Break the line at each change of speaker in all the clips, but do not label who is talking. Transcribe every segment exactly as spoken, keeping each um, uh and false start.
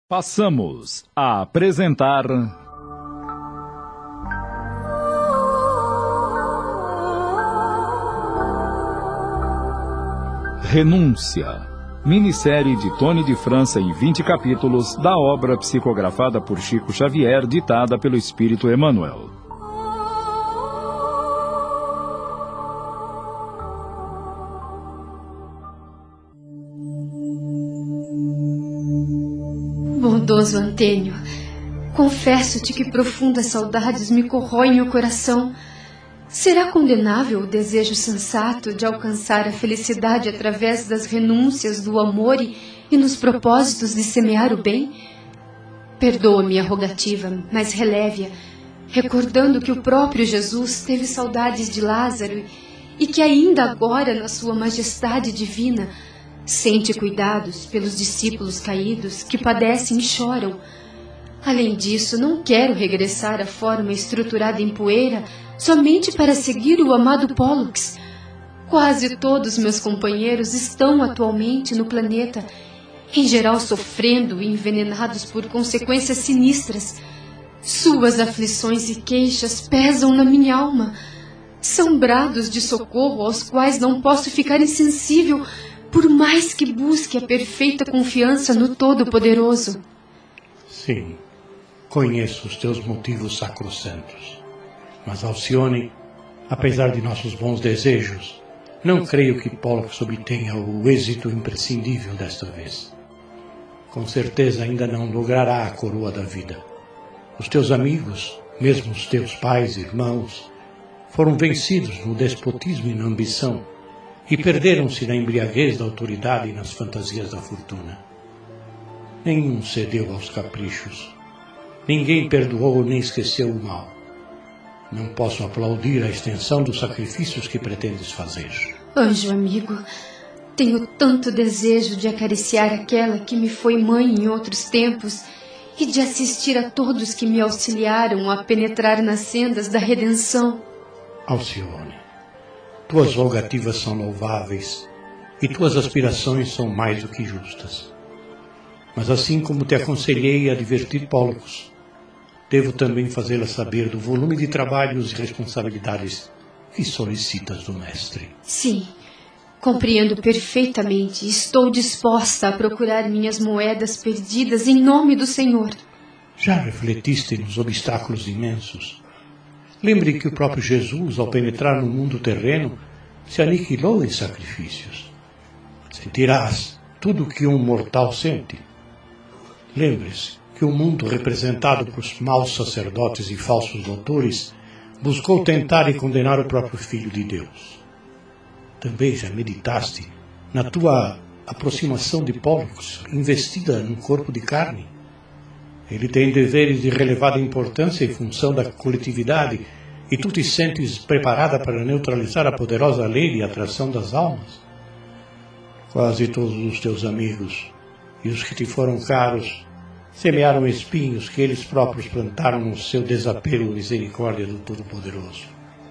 Passamos a apresentar Renúncia, minissérie de Tony de França em vinte capítulos da obra psicografada por Chico Xavier, ditada pelo Espírito Emmanuel.
Bondoso Antênio, confesso-te que profundas saudades me corroem o coração. Será condenável o desejo sensato de alcançar a felicidade através das renúncias do amor e, e nos propósitos de semear o bem? Perdoa-me a rogativa, mas releve-a, recordando que o próprio Jesus teve saudades de Lázaro e que ainda agora, na sua majestade divina, sente cuidados pelos discípulos caídos que padecem e choram. Além disso, não quero regressar à forma estruturada em poeira somente para seguir o amado Pollux. Quase todos meus companheiros estão atualmente no planeta, em geral sofrendo e envenenados por consequências sinistras. Suas aflições e queixas pesam na minha alma. São brados de socorro aos quais não posso ficar insensível, por mais que busque a perfeita confiança no Todo-Poderoso.
Sim, conheço os teus motivos sacrossantos. Mas, Alcione, apesar de nossos bons desejos, não creio que Pollux obtenha o êxito imprescindível desta vez. Com certeza ainda não logrará a coroa da vida. Os teus amigos, mesmo os teus pais e irmãos, foram vencidos no despotismo e na ambição, e perderam-se na embriaguez da autoridade e nas fantasias da fortuna. Nenhum cedeu aos caprichos. Ninguém perdoou nem esqueceu o mal. Não posso aplaudir a extensão dos sacrifícios que pretendes fazer.
Anjo amigo, tenho tanto desejo de acariciar aquela que me foi mãe em outros tempos e de assistir a todos que me auxiliaram a penetrar nas sendas da redenção.
Alcione, tuas rogativas são louváveis e tuas aspirações são mais do que justas. Mas assim como te aconselhei a advertir Pollux, devo também fazê-la saber do volume de trabalhos e responsabilidades que solicitas do mestre.
Sim, compreendo perfeitamente e estou disposta a procurar minhas moedas perdidas em nome do Senhor.
Já refletiste nos obstáculos imensos? Lembre que o próprio Jesus, ao penetrar no mundo terreno, se aniquilou em sacrifícios. Sentirás tudo o que um mortal sente. Lembre-se que o mundo representado por maus sacerdotes e falsos doutores buscou tentar e condenar o próprio Filho de Deus. Também já meditaste na tua aproximação de Pollux, investida num corpo de carne? Ele tem deveres de relevada importância em função da coletividade e tu te sentes preparada para neutralizar a poderosa lei de atração das almas? Quase todos os teus amigos e os que te foram caros semearam espinhos que eles próprios plantaram no seu desapego à misericórdia do Todo-Poderoso.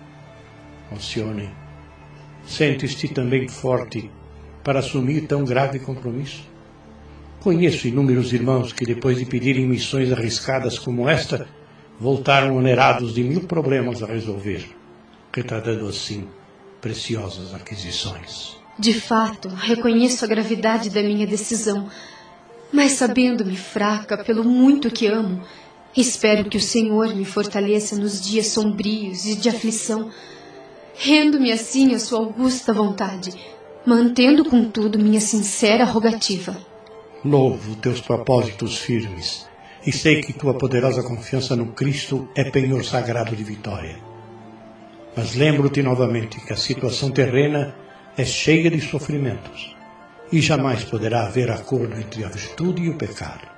Alcione, sentes-te também forte para assumir tão grave compromisso? Conheço inúmeros irmãos que, depois de pedirem missões arriscadas como esta, voltaram onerados de mil problemas a resolver, retardando assim preciosas aquisições.
De fato, reconheço a gravidade da minha decisão, mas sabendo-me fraca pelo muito que amo, espero que o Senhor me fortaleça nos dias sombrios e de aflição. Rendo-me assim à sua augusta vontade, mantendo contudo minha sincera rogativa.
Louvo teus propósitos firmes e sei que tua poderosa confiança no Cristo é penhor sagrado de vitória. Mas lembro-te novamente que a situação terrena é cheia de sofrimentos e jamais poderá haver acordo entre a virtude e o pecado.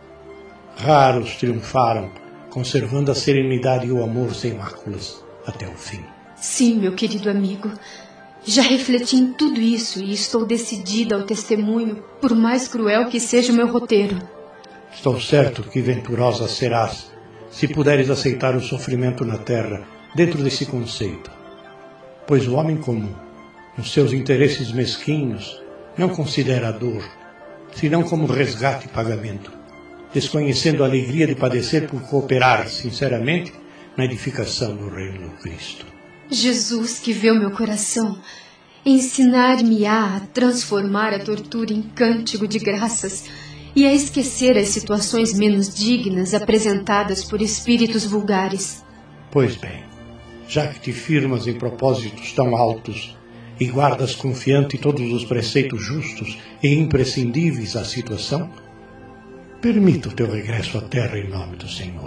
Raros triunfaram, conservando a serenidade e o amor sem máculas até o fim.
Sim, meu querido amigo. Já refleti em tudo isso e estou decidida ao testemunho, por mais cruel que seja o meu roteiro.
Estou certo que venturosa serás, se puderes aceitar o sofrimento na terra, dentro desse conceito. Pois o homem comum, nos seus interesses mesquinhos, não considera a dor, senão como resgate e pagamento, desconhecendo a alegria de padecer por cooperar sinceramente na edificação do reino do Cristo.
Jesus, que vê o meu coração, ensinar-me-á a transformar a tortura em cântico de graças e a esquecer as situações menos dignas apresentadas por espíritos vulgares.
Pois bem, já que te firmas em propósitos tão altos e guardas confiante todos os preceitos justos e imprescindíveis à situação, permita o teu regresso à terra em nome do Senhor.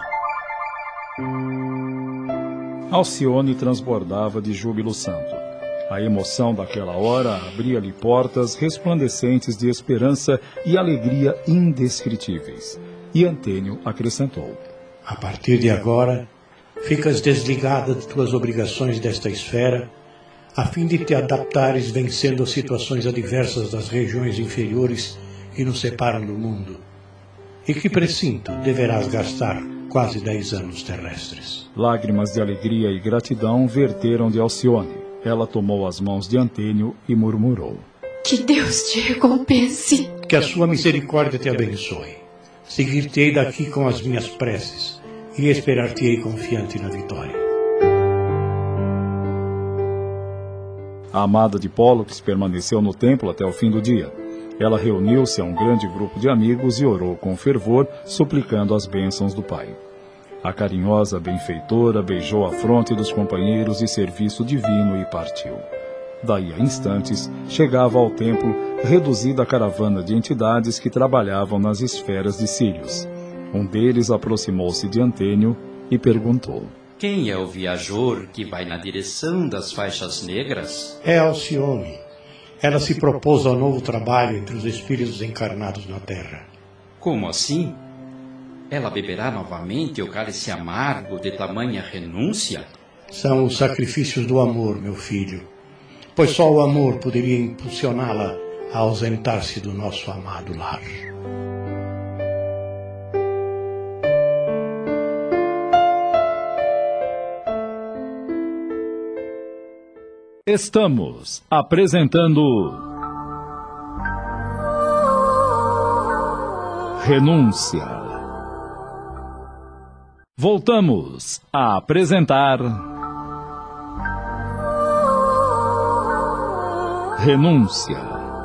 Alcione transbordava de júbilo santo. A emoção daquela hora abria-lhe portas resplandecentes de esperança e alegria indescritíveis. E Antênio acrescentou:
A partir de agora, ficas desligada de tuas obrigações desta esfera, a fim de te adaptares vencendo as situações adversas das regiões inferiores que nos separam do mundo, e que presinto deverás gastar quase dez anos terrestres.
Lágrimas de alegria e gratidão verteram de Alcione. Ela tomou as mãos de Antênio e murmurou:
Que Deus te recompense.
Que a sua misericórdia te abençoe. Seguir-te-ei daqui com as minhas preces e esperar-te-ei confiante na vitória.
A amada de Pólux permaneceu no templo até o fim do dia. Ela reuniu-se a um grande grupo de amigos e orou com fervor, suplicando as bênçãos do Pai. A carinhosa benfeitora beijou a fronte dos companheiros de serviço divino e partiu. Daí a instantes, chegava ao templo reduzida a caravana de entidades que trabalhavam nas esferas de Sírios. Um deles aproximou-se de Antênio e perguntou:
Quem é o viajor que vai na direção das faixas negras?
É Alcione. Ela se propôs ao novo trabalho entre os espíritos encarnados na Terra.
Como assim? Ela beberá novamente o cálice amargo de tamanha renúncia?
São os sacrifícios do amor, meu filho, pois só o amor poderia impulsioná-la a ausentar-se do nosso amado lar.
Estamos apresentando Renúncia. Voltamos a apresentar Renúncia.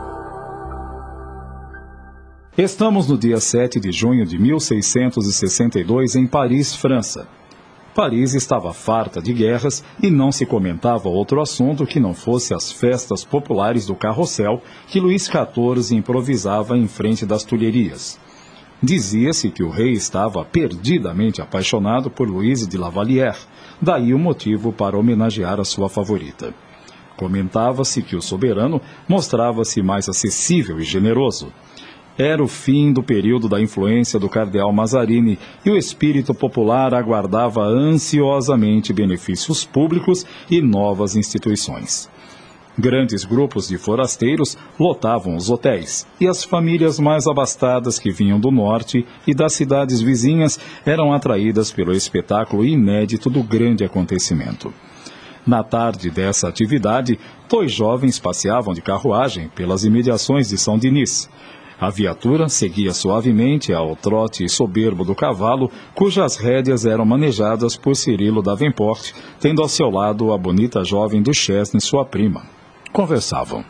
Estamos no dia sete de junho de mil seiscentos e sessenta e dois em Paris, França. Paris estava farta de guerras e não se comentava outro assunto que não fosse as festas populares do carrossel que Luís quatorze improvisava em frente das Tulherias. Dizia-se que o rei estava perdidamente apaixonado por Louise de Lavallière, daí o motivo para homenagear a sua favorita. Comentava-se que o soberano mostrava-se mais acessível e generoso. Era o fim do período da influência do cardeal Mazarini e o espírito popular aguardava ansiosamente benefícios públicos e novas instituições. Grandes grupos de forasteiros lotavam os hotéis, e as famílias mais abastadas que vinham do norte e das cidades vizinhas eram atraídas pelo espetáculo inédito do grande acontecimento. Na tarde dessa atividade, dois jovens passeavam de carruagem pelas imediações de São Denis. A viatura seguia suavemente ao trote soberbo do cavalo, cujas rédeas eram manejadas por Cirilo Davenport, tendo ao seu lado a bonita jovem Duchesne, sua prima. Conversavam.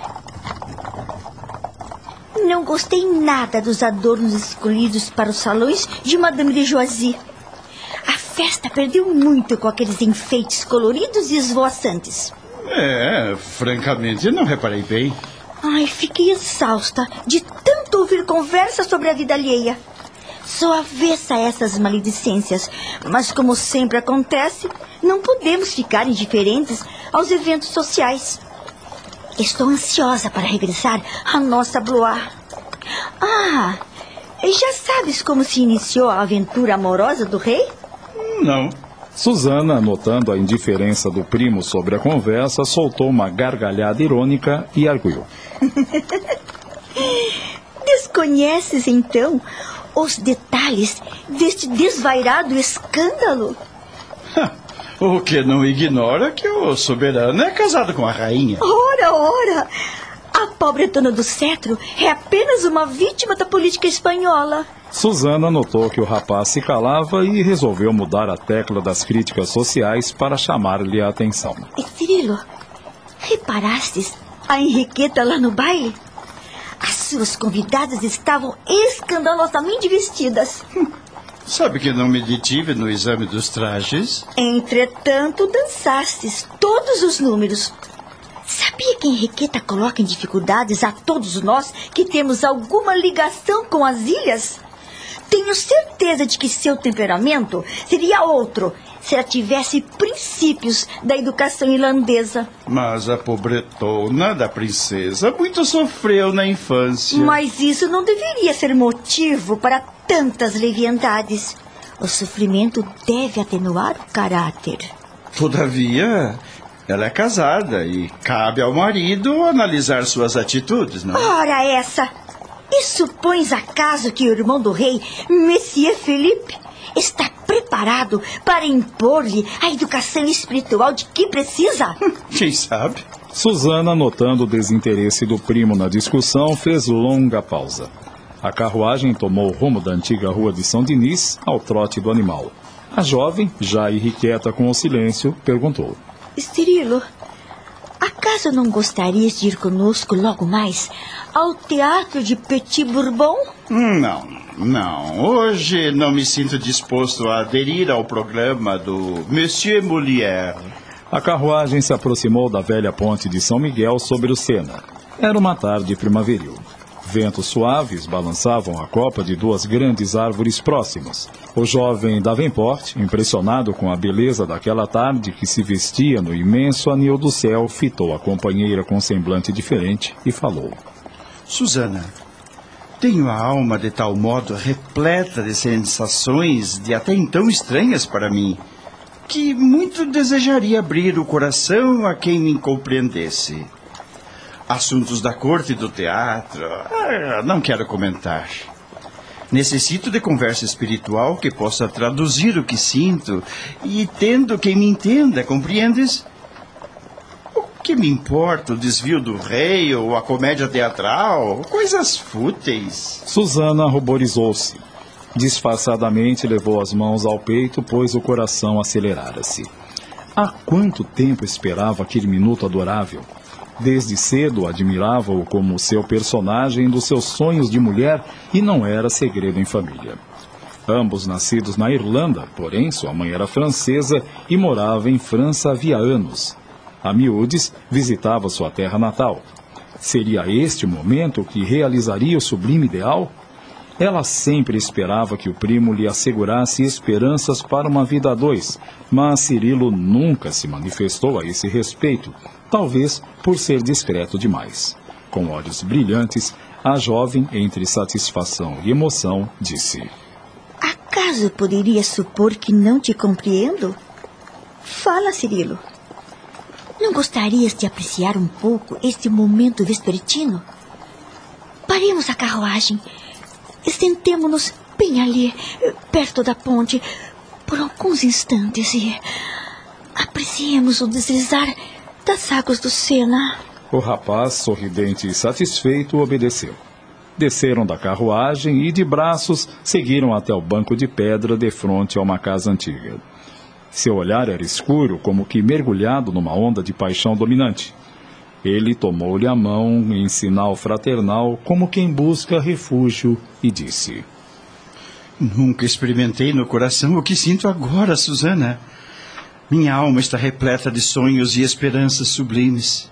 Não gostei nada dos adornos escolhidos para os salões de Madame de Joisy. A festa perdeu muito com aqueles enfeites coloridos e esvoaçantes.
É, francamente, não reparei bem.
Ai, fiquei exausta de tanto ouvir conversa sobre a vida alheia. Sou avessa a essas maledicências, mas como sempre acontece, não podemos ficar indiferentes aos eventos sociais. Estou ansiosa para regressar à nossa Blois. Ah, já sabes como se iniciou a aventura amorosa do rei?
Não.
Susana, notando a indiferença do primo sobre a conversa, soltou uma gargalhada irônica e arguiu.
Desconheces, então, os detalhes deste desvairado escândalo?
O que não ignora é que o soberano é casado com a rainha.
Ora, ora! A pobre dona do cetro é apenas uma vítima da política espanhola.
Susana notou que o rapaz se calava e resolveu mudar a tecla das críticas sociais para chamar-lhe a atenção.
Cirilo, reparastes a Henriqueta lá no baile? As suas convidadas estavam escandalosamente vestidas.
Sabe que não me detive no exame dos trajes?
Entretanto, dançastes todos os números. Sabia que Henriqueta coloca em dificuldades a todos nós que temos alguma ligação com as ilhas? Tenho certeza de que seu temperamento seria outro se ela tivesse princípios da educação irlandesa.
Mas a pobretona da princesa muito sofreu na infância.
Mas isso não deveria ser motivo para tantas leviandades. O sofrimento deve atenuar o caráter.
Todavia, ela é casada e cabe ao marido analisar suas atitudes, não?
Ora essa! E supões acaso que o irmão do rei, Monsieur Philippe, está preparado para impor-lhe a educação espiritual de que precisa?
Quem sabe?
Susana, notando o desinteresse do primo na discussão, fez longa pausa. A carruagem tomou o rumo da antiga rua de São Denis ao trote do animal. A jovem, já irrequieta com o silêncio, perguntou:
Cirilo, acaso não gostarias de ir conosco logo mais ao teatro de Petit Bourbon?
Não, não. Hoje não me sinto disposto a aderir ao programa do Monsieur Molière.
A carruagem se aproximou da velha ponte de São Miguel sobre o Sena. Era uma tarde primaveril. Ventos suaves balançavam a copa de duas grandes árvores próximas. O jovem Davenport, impressionado com a beleza daquela tarde que se vestia no imenso anil do céu, fitou a companheira com semblante diferente e falou:
Susana, tenho a alma de tal modo repleta de sensações de até então estranhas para mim, que muito desejaria abrir o coração a quem me compreendesse. Assuntos da corte e do teatro, ah, não quero comentar. Necessito de conversa espiritual que possa traduzir o que sinto e tendo quem me entenda, compreendes? O que me importa o desvio do rei ou a comédia teatral? Coisas fúteis.
Susana ruborizou-se. Disfarçadamente levou as mãos ao peito, pois o coração acelerara-se. Há quanto tempo esperava aquele minuto adorável? Desde cedo admirava-o como seu personagem dos seus sonhos de mulher e não era segredo em família. Ambos nascidos na Irlanda, porém sua mãe era francesa e morava em França havia anos. A miúdes visitava sua terra natal. Seria este o momento que realizaria o sublime ideal? Ela sempre esperava que o primo lhe assegurasse esperanças para uma vida a dois, mas Cirilo nunca se manifestou a esse respeito, talvez por ser discreto demais. Com olhos brilhantes, a jovem, entre satisfação e emoção, disse:
Acaso poderia supor que não te compreendo? Fala, Cirilo. Não gostarias de apreciar um pouco este momento vespertino? Paremos a carruagem e sentemo-nos bem ali, perto da ponte, por alguns instantes e apreciemos o deslizar das águas do Sena.
O rapaz, sorridente e satisfeito, obedeceu. Desceram da carruagem e, de braços, seguiram até o banco de pedra defronte a uma casa antiga. Seu olhar era escuro, como que mergulhado numa onda de paixão dominante. Ele tomou-lhe a mão em sinal fraternal, como quem busca refúgio, e disse:
Nunca experimentei no coração o que sinto agora, Susana. Minha alma está repleta de sonhos e esperanças sublimes.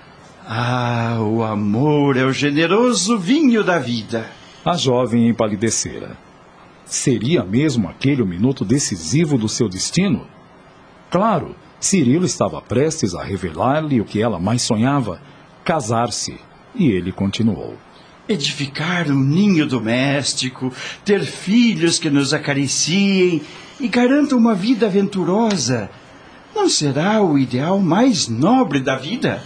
Ah, o amor é o generoso vinho da vida.
A jovem empalidecera. Seria mesmo aquele o minuto decisivo do seu destino? Claro, Cirilo estava prestes a revelar-lhe o que ela mais sonhava: casar-se. E ele continuou:
Edificar um ninho doméstico, ter filhos que nos acariciem e garantam uma vida aventurosa. Não será o ideal mais nobre da vida?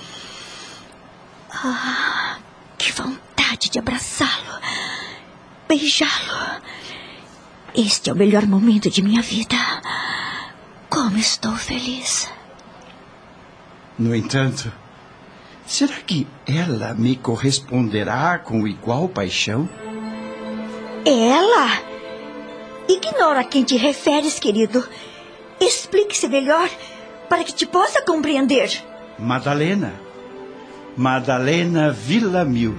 Ah, que vontade de abraçá-lo, beijá-lo. Este é o melhor momento de minha vida. Como estou feliz.
No entanto, Será que ela me corresponderá com igual paixão?
Ela? Ignora a quem te referes, querido. Explique-se melhor para que te possa compreender.
Madalena. Madalena Villamil.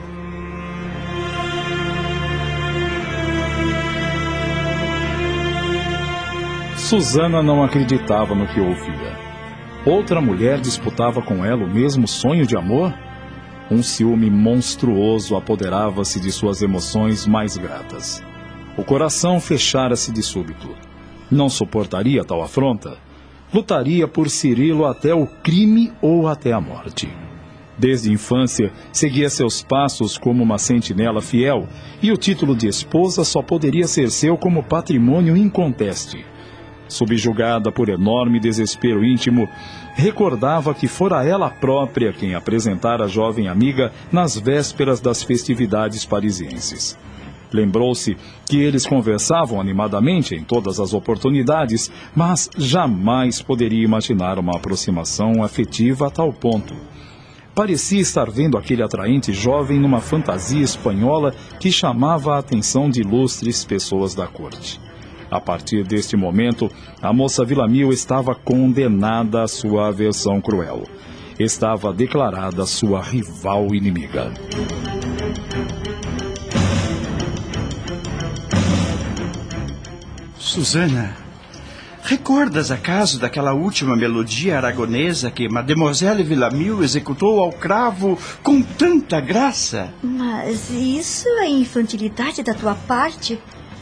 Susana não acreditava no que ouvia. Outra mulher disputava com ela o mesmo sonho de amor? Um ciúme monstruoso apoderava-se de suas emoções mais gratas. O coração fechara-se de súbito. Não suportaria tal afronta. Lutaria por Cirilo até o crime ou até a morte. Desde a infância, seguia seus passos como uma sentinela fiel, e o título de esposa só poderia ser seu como patrimônio inconteste. Subjugada por enorme desespero íntimo, recordava que fora ela própria quem apresentara a jovem amiga nas vésperas das festividades parisienses. Lembrou-se que eles conversavam animadamente em todas as oportunidades, mas jamais poderia imaginar uma aproximação afetiva a tal ponto. Parecia estar vendo aquele atraente jovem numa fantasia espanhola que chamava a atenção de ilustres pessoas da corte. A partir deste momento, a moça Villamil estava condenada à sua aversão cruel. Estava declarada sua rival inimiga.
Susana, recordas acaso daquela última melodia aragonesa que Mademoiselle Villamil executou ao cravo com tanta graça?
Mas isso é infantilidade da tua parte.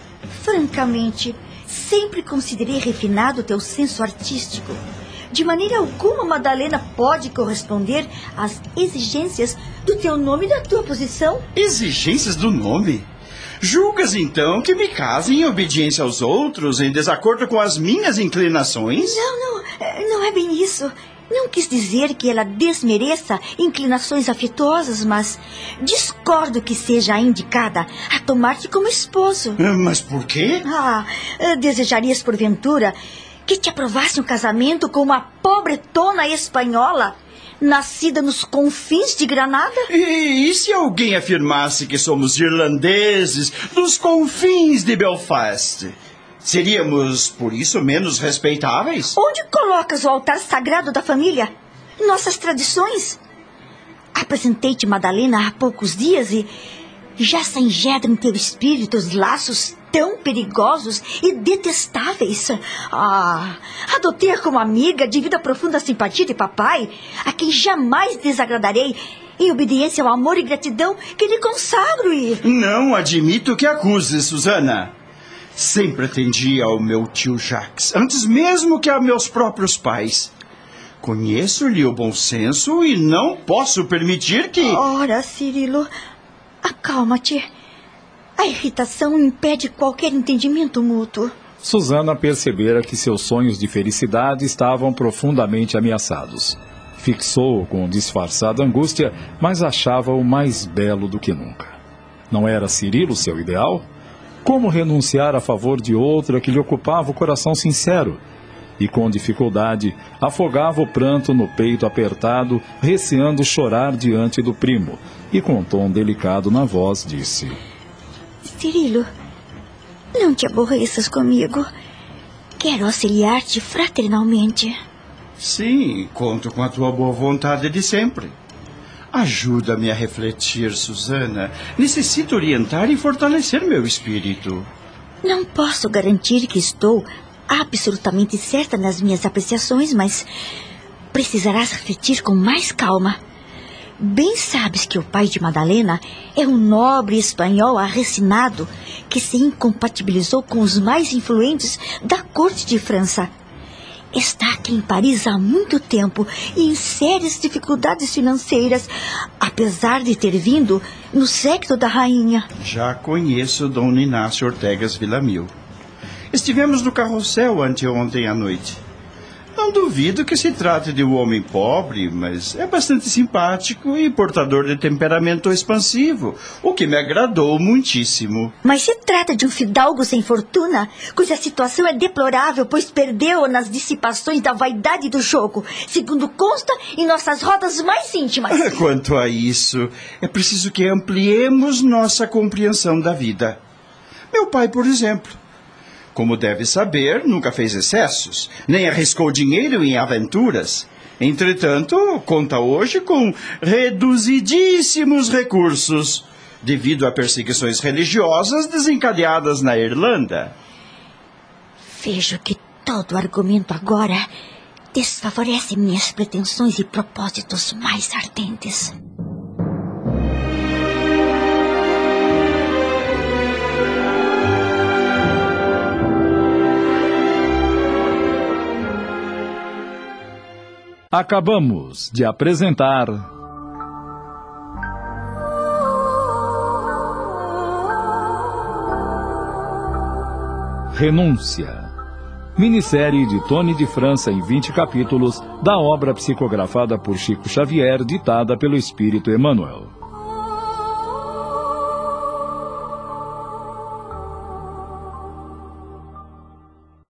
Francamente, sempre considerei refinado teu senso artístico. De maneira alguma, Madalena pode corresponder às exigências do teu nome e da tua posição.
Exigências do nome? Julgas, então, que me case em obediência aos outros, em desacordo com as minhas inclinações?
Não, não, não é bem isso. Não quis dizer que ela desmereça inclinações afetuosas, mas discordo que seja a indicada a tomar-te como esposo.
Mas por quê?
Ah, desejarias, porventura, que te aprovasse um casamento com uma pobretona espanhola, nascida nos confins de Granada?
E, e se alguém afirmasse que somos irlandeses dos confins de Belfast? Seríamos, por isso, menos respeitáveis?
Onde colocas o altar sagrado da família? Nossas tradições? Apresentei-te Madalena há poucos dias e já se engendram em teu espírito os laços tão perigosos e detestáveis. Ah, adotei-a como amiga devido à profunda simpatia de papai, a quem jamais desagradarei, em obediência ao amor e gratidão que lhe consagro e...
Não admito que acuses, Susana. Sempre atendi ao meu tio Jacques, antes mesmo que a meus próprios pais. Conheço-lhe o bom senso e não posso permitir que...
Ora, Cirilo, acalma-te. A irritação impede qualquer entendimento mútuo.
Susana percebera que seus sonhos de felicidade estavam profundamente ameaçados. Fixou-o com disfarçada angústia, mas achava-o mais belo do que nunca. Não era Cirilo seu ideal? Como renunciar a favor de outra que lhe ocupava o coração sincero? E com dificuldade, afogava o pranto no peito apertado, receando chorar diante do primo, e com um tom delicado na voz disse:
Cirilo, não te aborreças comigo. Quero auxiliar-te fraternalmente.
Sim, conto com a tua boa vontade de sempre. Ajuda-me a refletir, Susana. Necessito orientar e fortalecer meu espírito.
Não posso garantir que estou absolutamente certa nas minhas apreciações, mas precisarás refletir com mais calma. Bem sabes que o pai de Madalena é um nobre espanhol arrecinado que se incompatibilizou com os mais influentes da corte de França. Está aqui em Paris há muito tempo e em sérias dificuldades financeiras, apesar de ter vindo no séquito da rainha.
Já conheço Dom Inácio Ortegas Villamil. Estivemos no carrossel anteontem à noite. Não duvido que se trate de um homem pobre, mas é bastante simpático e portador de temperamento expansivo, o que me agradou muitíssimo.
Mas se trata de um fidalgo sem fortuna, cuja situação é deplorável, pois perdeu nas dissipações da vaidade do jogo, segundo consta em nossas rodas mais íntimas.
Quanto a isso, é preciso que ampliemos nossa compreensão da vida. Meu pai, por exemplo, como deve saber, nunca fez excessos, nem arriscou dinheiro em aventuras. Entretanto, conta hoje com reduzidíssimos recursos, devido a perseguições religiosas desencadeadas na Irlanda.
Vejo que todo argumento agora desfavorece minhas pretensões e propósitos mais ardentes.
Acabamos de apresentar Renúncia, minissérie de Tony de França em vinte capítulos da obra psicografada por Chico Xavier, ditada pelo Espírito Emmanuel.